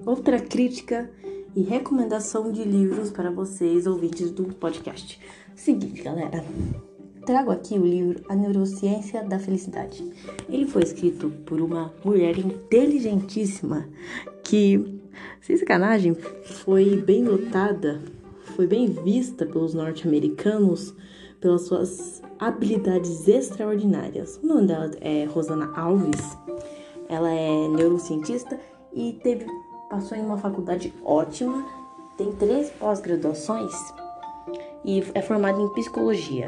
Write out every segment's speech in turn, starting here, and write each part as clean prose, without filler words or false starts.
outra crítica e recomendação de livros para vocês, ouvintes do podcast. Seguinte, galera, trago aqui o livro A Neurociência da Felicidade. Ele foi escrito por uma mulher inteligentíssima que, sem sacanagem, foi bem notada, foi bem vista pelos norte-americanos pelas suas habilidades extraordinárias. O nome dela é Rosana Alves. Ela é neurocientista e passou em uma faculdade ótima, tem 3 pós-graduações e é formada em psicologia.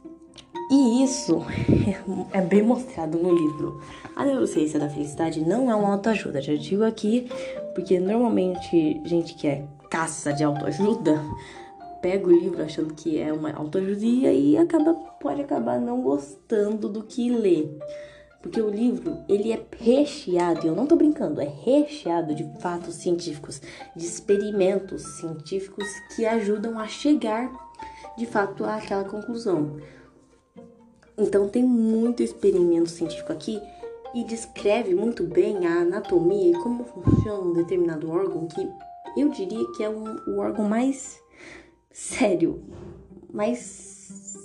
E isso é bem mostrado no livro. A Neurociência da Felicidade não é uma autoajuda, já digo aqui, porque normalmente gente que é caça de autoajuda pega o livro achando que é uma autoajuda e aí pode acabar não gostando do que lê. Porque o livro, ele é recheado, e eu não tô brincando, é recheado de fatos científicos, de experimentos científicos que ajudam a chegar, de fato, àquela conclusão. Então, tem muito experimento científico aqui e descreve muito bem a anatomia e como funciona um determinado órgão, que eu diria que é o órgão mais sério, mais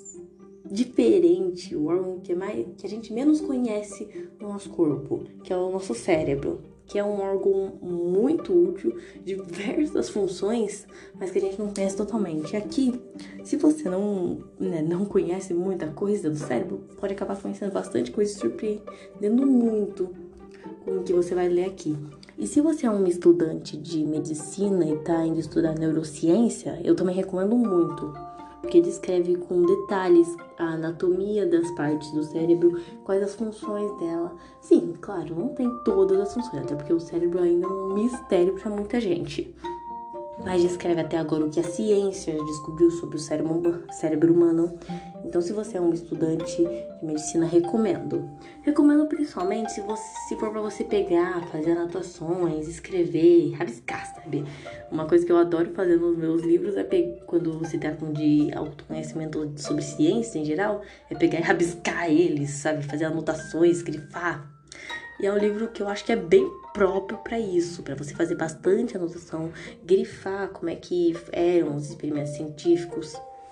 diferente, o órgão que a gente menos conhece no nosso corpo, que é o nosso cérebro, que é um órgão muito útil, diversas funções, mas que a gente não conhece totalmente. Aqui, se você não conhece muita coisa do cérebro, pode acabar conhecendo bastante coisa e surpreendendo muito com o que você vai ler aqui. E se você é um estudante de medicina e está indo estudar neurociência, eu também recomendo muito, porque descreve com detalhes a anatomia das partes do cérebro, quais as funções dela. Sim, claro, não tem todas as funções, até porque o cérebro ainda é um mistério para muita gente. Mas descreve até agora o que a ciência descobriu sobre o cérebro humano. Então, se você é um estudante de medicina, recomendo. Recomendo principalmente se for para você pegar, fazer anotações, escrever, rabiscar, sabe? Uma coisa que eu adoro fazer nos meus livros quando se tratam de autoconhecimento sobre ciência em geral, é pegar e rabiscar eles, sabe? Fazer anotações, grifar. E é um livro que eu acho que é bem próprio para isso, para você fazer bastante anotação, grifar como é que eram os experimentos científicos.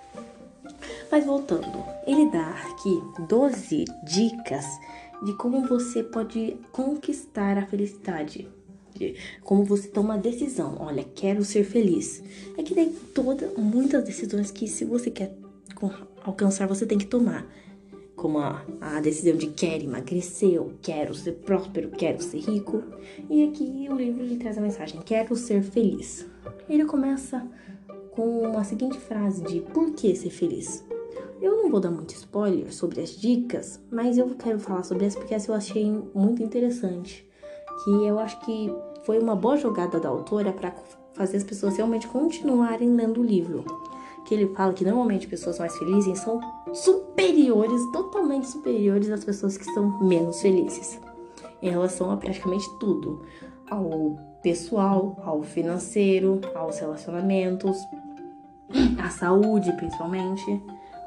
Mas voltando, ele dá aqui 12 dicas de como você pode conquistar a felicidade. Como você toma a decisão, olha, quero ser feliz. É que tem muitas decisões que se você quer alcançar, você tem que tomar. Como a decisão de quero emagrecer, eu quero ser próspero, quero ser rico. E aqui o livro ele traz a mensagem, quero ser feliz. Ele começa com a seguinte frase de por que ser feliz? Eu não vou dar muito spoiler sobre as dicas, mas eu quero falar sobre essa porque essa eu achei muito interessante. Que eu acho que foi uma boa jogada da autora para fazer as pessoas realmente continuarem lendo o livro. Que ele fala que normalmente pessoas mais felizes são totalmente superiores às pessoas que são menos felizes. Em relação a praticamente tudo. Ao pessoal, ao financeiro, aos relacionamentos, à saúde principalmente.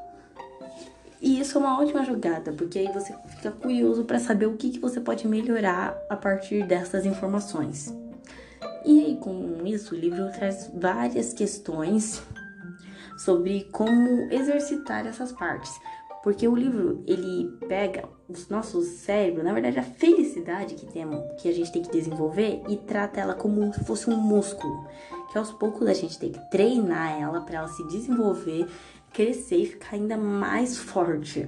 E isso é uma ótima jogada, porque aí você fica curioso para saber o que você pode melhorar a partir dessas informações. E aí com isso o livro traz várias questões sobre como exercitar essas partes. Porque o livro, ele pega o nosso cérebro, na verdade a felicidade que a gente tem que desenvolver e trata ela como se fosse um músculo. Que aos poucos a gente tem que treinar ela para ela se desenvolver, crescer e ficar ainda mais forte.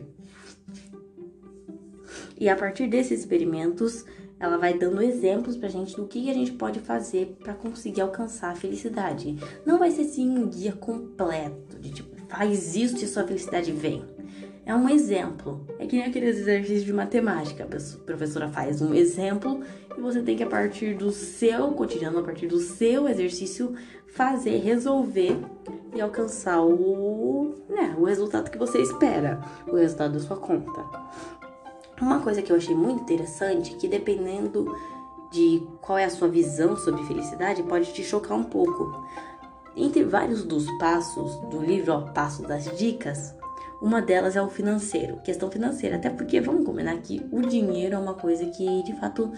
E a partir desses experimentos, ela vai dando exemplos pra gente do que a gente pode fazer pra conseguir alcançar a felicidade. Não vai ser assim um guia completo, de tipo, faz isso e sua felicidade vem. É um exemplo. É que nem aqueles exercícios de matemática. A professora faz um exemplo e você tem que, a partir do seu cotidiano, a partir do seu exercício, resolver e alcançar o resultado que você espera, o resultado da sua conta. Uma coisa que eu achei muito interessante é que dependendo de qual é a sua visão sobre felicidade, pode te chocar um pouco. Entre vários dos passos do livro, passos das dicas, uma delas é o financeiro, questão financeira. Até porque, vamos combinar que o dinheiro é uma coisa que, de fato,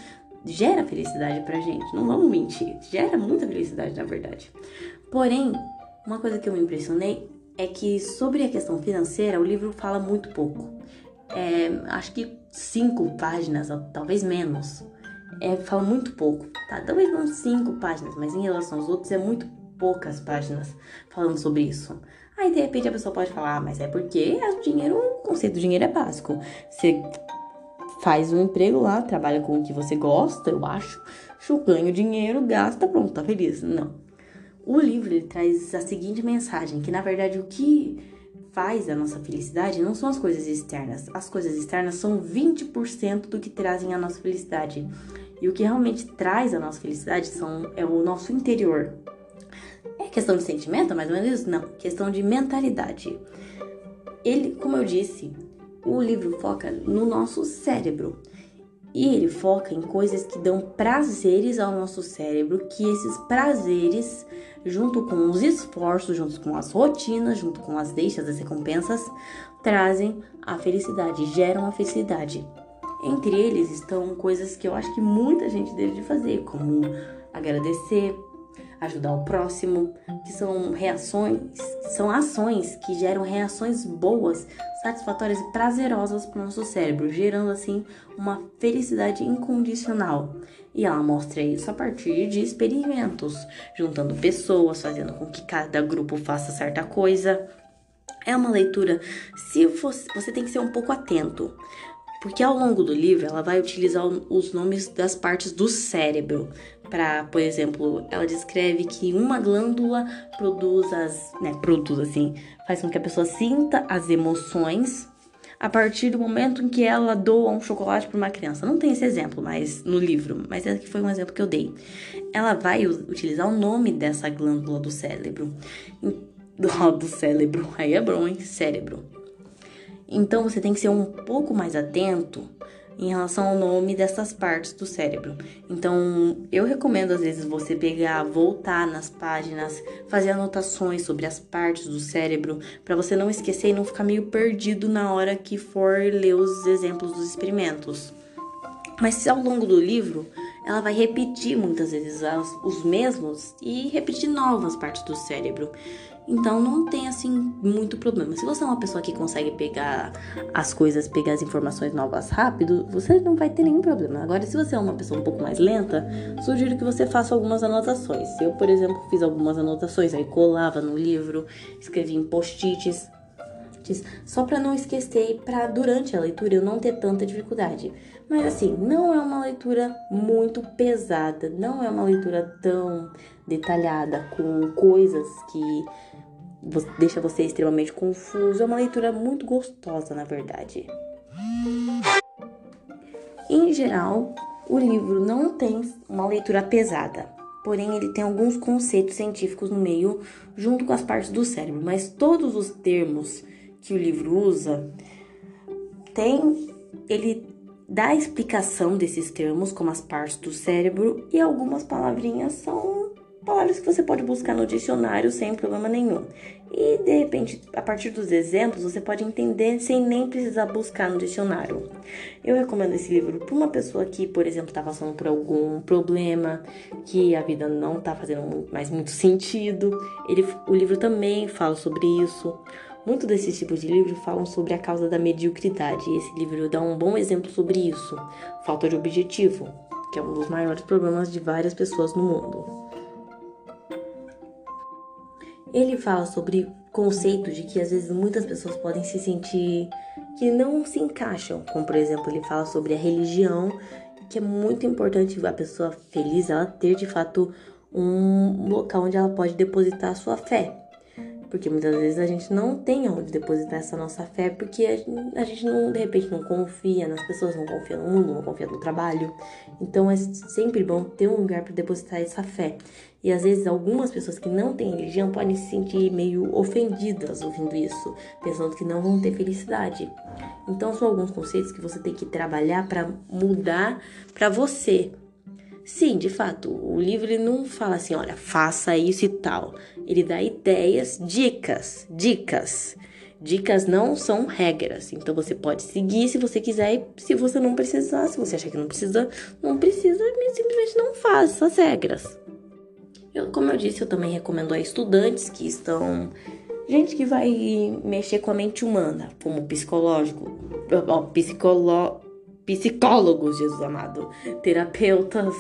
gera felicidade pra gente, não vamos mentir, gera muita felicidade, na verdade. Porém, uma coisa que eu me impressionei é que sobre a questão financeira, o livro fala muito pouco. Acho que 5 páginas, talvez menos. Fala muito pouco, tá? Talvez não 5 páginas, mas em relação aos outros é muito poucas páginas falando sobre isso. Aí, de repente, a pessoa pode falar, mas é porque o conceito do dinheiro é básico. Você faz um emprego lá, trabalha com o que você gosta, eu acho, ganha o dinheiro, gasta, pronto, tá feliz. Não. O livro, ele traz a seguinte mensagem, que na verdade o que faz a nossa felicidade não são as coisas externas. As coisas externas são 20% do que trazem a nossa felicidade. E o que realmente traz a nossa felicidade é o nosso interior. É questão de sentimento, mais ou menos isso? Não, questão de mentalidade. Como eu disse, o livro foca no nosso cérebro. E ele foca em coisas que dão prazeres ao nosso cérebro, que esses prazeres, junto com os esforços, junto com as rotinas, junto com as deixas, as recompensas, trazem a felicidade, geram a felicidade. Entre eles estão coisas que eu acho que muita gente deve fazer, como agradecer, ajudar o próximo, que são ações que geram reações boas, satisfatórias e prazerosas para o nosso cérebro, gerando assim uma felicidade incondicional. E ela mostra isso a partir de experimentos, juntando pessoas, fazendo com que cada grupo faça certa coisa. É uma leitura, você tem que ser um pouco atento, porque ao longo do livro ela vai utilizar os nomes das partes do cérebro. Por exemplo, ela descreve que uma glândula faz com que a pessoa sinta as emoções a partir do momento em que ela doa um chocolate para uma criança. Não tem esse exemplo no livro, mas esse foi um exemplo que eu dei. Ela vai utilizar o nome dessa glândula do cérebro. Do cérebro, aí é bom, hein? Cérebro. Então, você tem que ser um pouco mais atento em relação ao nome dessas partes do cérebro. Então, eu recomendo, às vezes, você voltar nas páginas, fazer anotações sobre as partes do cérebro, para você não esquecer e não ficar meio perdido na hora que for ler os exemplos dos experimentos. Mas se ao longo do livro, ela vai repetir muitas vezes os mesmos e repetir novas partes do cérebro. Então, não tem, assim, muito problema. Se você é uma pessoa que consegue pegar as informações novas rápido, você não vai ter nenhum problema. Agora, se você é uma pessoa um pouco mais lenta, sugiro que você faça algumas anotações. Eu, por exemplo, fiz algumas anotações, aí colava no livro, escrevi em post-its, só para não esquecer e para durante a leitura eu não ter tanta dificuldade. Mas assim, não é uma leitura muito pesada, não é uma leitura tão detalhada com coisas que deixa você extremamente confuso. É uma leitura muito gostosa, na verdade. Em geral, o livro não tem uma leitura pesada, porém ele tem alguns conceitos científicos no meio, junto com as partes do cérebro, mas todos os termos que o livro usa, ele dá a explicação desses termos, como as partes do cérebro, e algumas palavrinhas são palavras que você pode buscar no dicionário sem problema nenhum. E, de repente, a partir dos exemplos, você pode entender sem nem precisar buscar no dicionário. Eu recomendo esse livro para uma pessoa que, por exemplo, está passando por algum problema, que a vida não está fazendo mais muito sentido. O livro também fala sobre isso. Muitos desses tipos de livros falam sobre a causa da mediocridade, e esse livro dá um bom exemplo sobre isso. Falta de objetivo, que é um dos maiores problemas de várias pessoas no mundo. Ele fala sobre conceito de que às vezes muitas pessoas podem se sentir que não se encaixam, como por exemplo ele fala sobre a religião, que é muito importante a pessoa feliz ela ter de fato um local onde ela pode depositar a sua fé. Porque muitas vezes a gente não tem onde depositar essa nossa fé, porque a gente não, de repente, não confia nas pessoas, não confia no mundo, não confia no trabalho. Então é sempre bom ter um lugar para depositar essa fé. E às vezes algumas pessoas que não têm religião podem se sentir meio ofendidas ouvindo isso, pensando que não vão ter felicidade. Então são alguns conceitos que você tem que trabalhar para mudar para você. Sim, de fato, o livro ele não fala assim, olha, faça isso e tal. Ele dá ideias, dicas Dicas não são regras, então você pode seguir se você quiser e se você não precisar, se você achar que não precisa, simplesmente não faz essas regras. Como eu disse, eu também recomendo a estudantes que estão... Gente que vai mexer com a mente humana, como psicólogos, Jesus amado, terapeutas,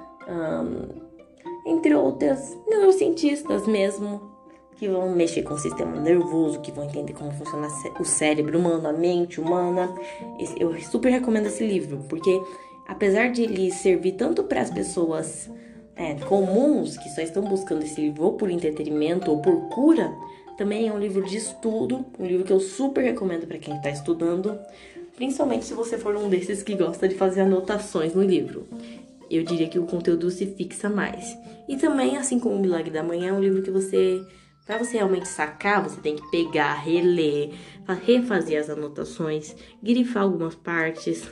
entre outras, neurocientistas mesmo, que vão mexer com o sistema nervoso, que vão entender como funciona o cérebro humano, a mente humana. Eu super recomendo esse livro, porque apesar de ele servir tanto para as pessoas comuns, que só estão buscando esse livro ou por entretenimento ou por cura, também é um livro de estudo, um livro que eu super recomendo para quem está estudando, principalmente se você for um desses que gosta de fazer anotações no livro. Eu diria que o conteúdo se fixa mais. E também, assim como o Milagre da Manhã, é um livro que para você realmente sacar, você tem que pegar, reler, refazer as anotações, grifar algumas partes.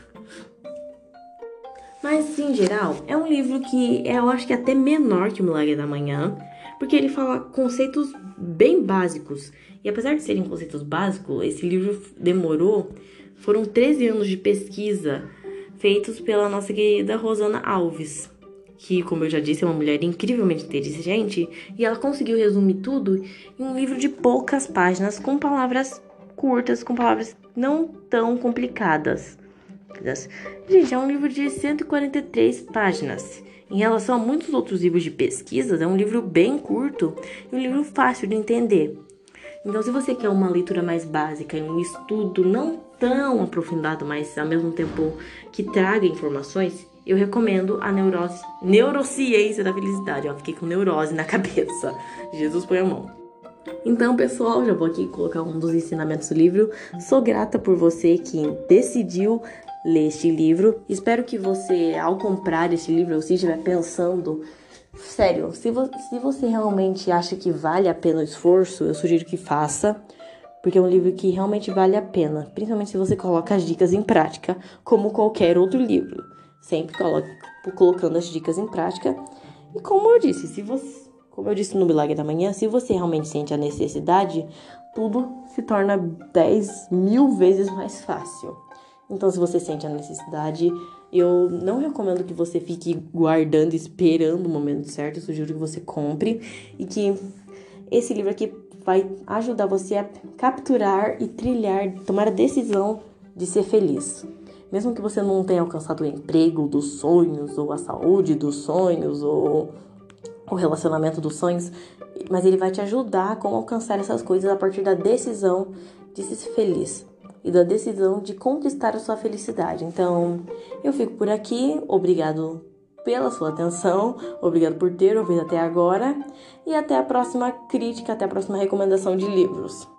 Mas, em geral, é um livro que eu acho que é até menor que o Milagre da Manhã, porque ele fala conceitos bem básicos. E apesar de serem conceitos básicos, esse livro foram 13 anos de pesquisa feitos pela nossa querida Rosana Alves, que, como eu já disse, é uma mulher incrivelmente inteligente, e ela conseguiu resumir tudo em um livro de poucas páginas, com palavras curtas, com palavras não tão complicadas. Gente, é um livro de 143 páginas. Em relação a muitos outros livros de pesquisas, é um livro bem curto e um livro fácil de entender. Então, se você quer uma leitura mais básica e um estudo não tão aprofundado, mas ao mesmo tempo que traga informações, eu recomendo a Neurociência da Felicidade. Eu fiquei com neurose na cabeça. Jesus põe a mão. Então, pessoal, já vou aqui colocar um dos ensinamentos do livro. Sou grata por você que decidiu ler este livro. Espero que você, ao comprar este livro, ou se estiver pensando... Sério, se você realmente acha que vale a pena o esforço, eu sugiro que faça, porque é um livro que realmente vale a pena, principalmente se você coloca as dicas em prática, como qualquer outro livro. Sempre colocando as dicas em prática. E como eu disse no Milagre da Manhã, se você realmente sente a necessidade, tudo se torna 10.000 vezes mais fácil. Então, se você sente a necessidade, eu não recomendo que você fique guardando, esperando o momento certo. Eu sugiro que você compre e que esse livro aqui vai ajudar você a capturar e tomar a decisão de ser feliz. Mesmo que você não tenha alcançado o emprego dos sonhos, ou a saúde dos sonhos, ou o relacionamento dos sonhos, mas ele vai te ajudar a como alcançar essas coisas a partir da decisão de ser feliz e da decisão de conquistar a sua felicidade. Então, eu fico por aqui. Obrigado pela sua atenção, obrigado por ter ouvido até agora e até a próxima crítica, até a próxima recomendação de livros.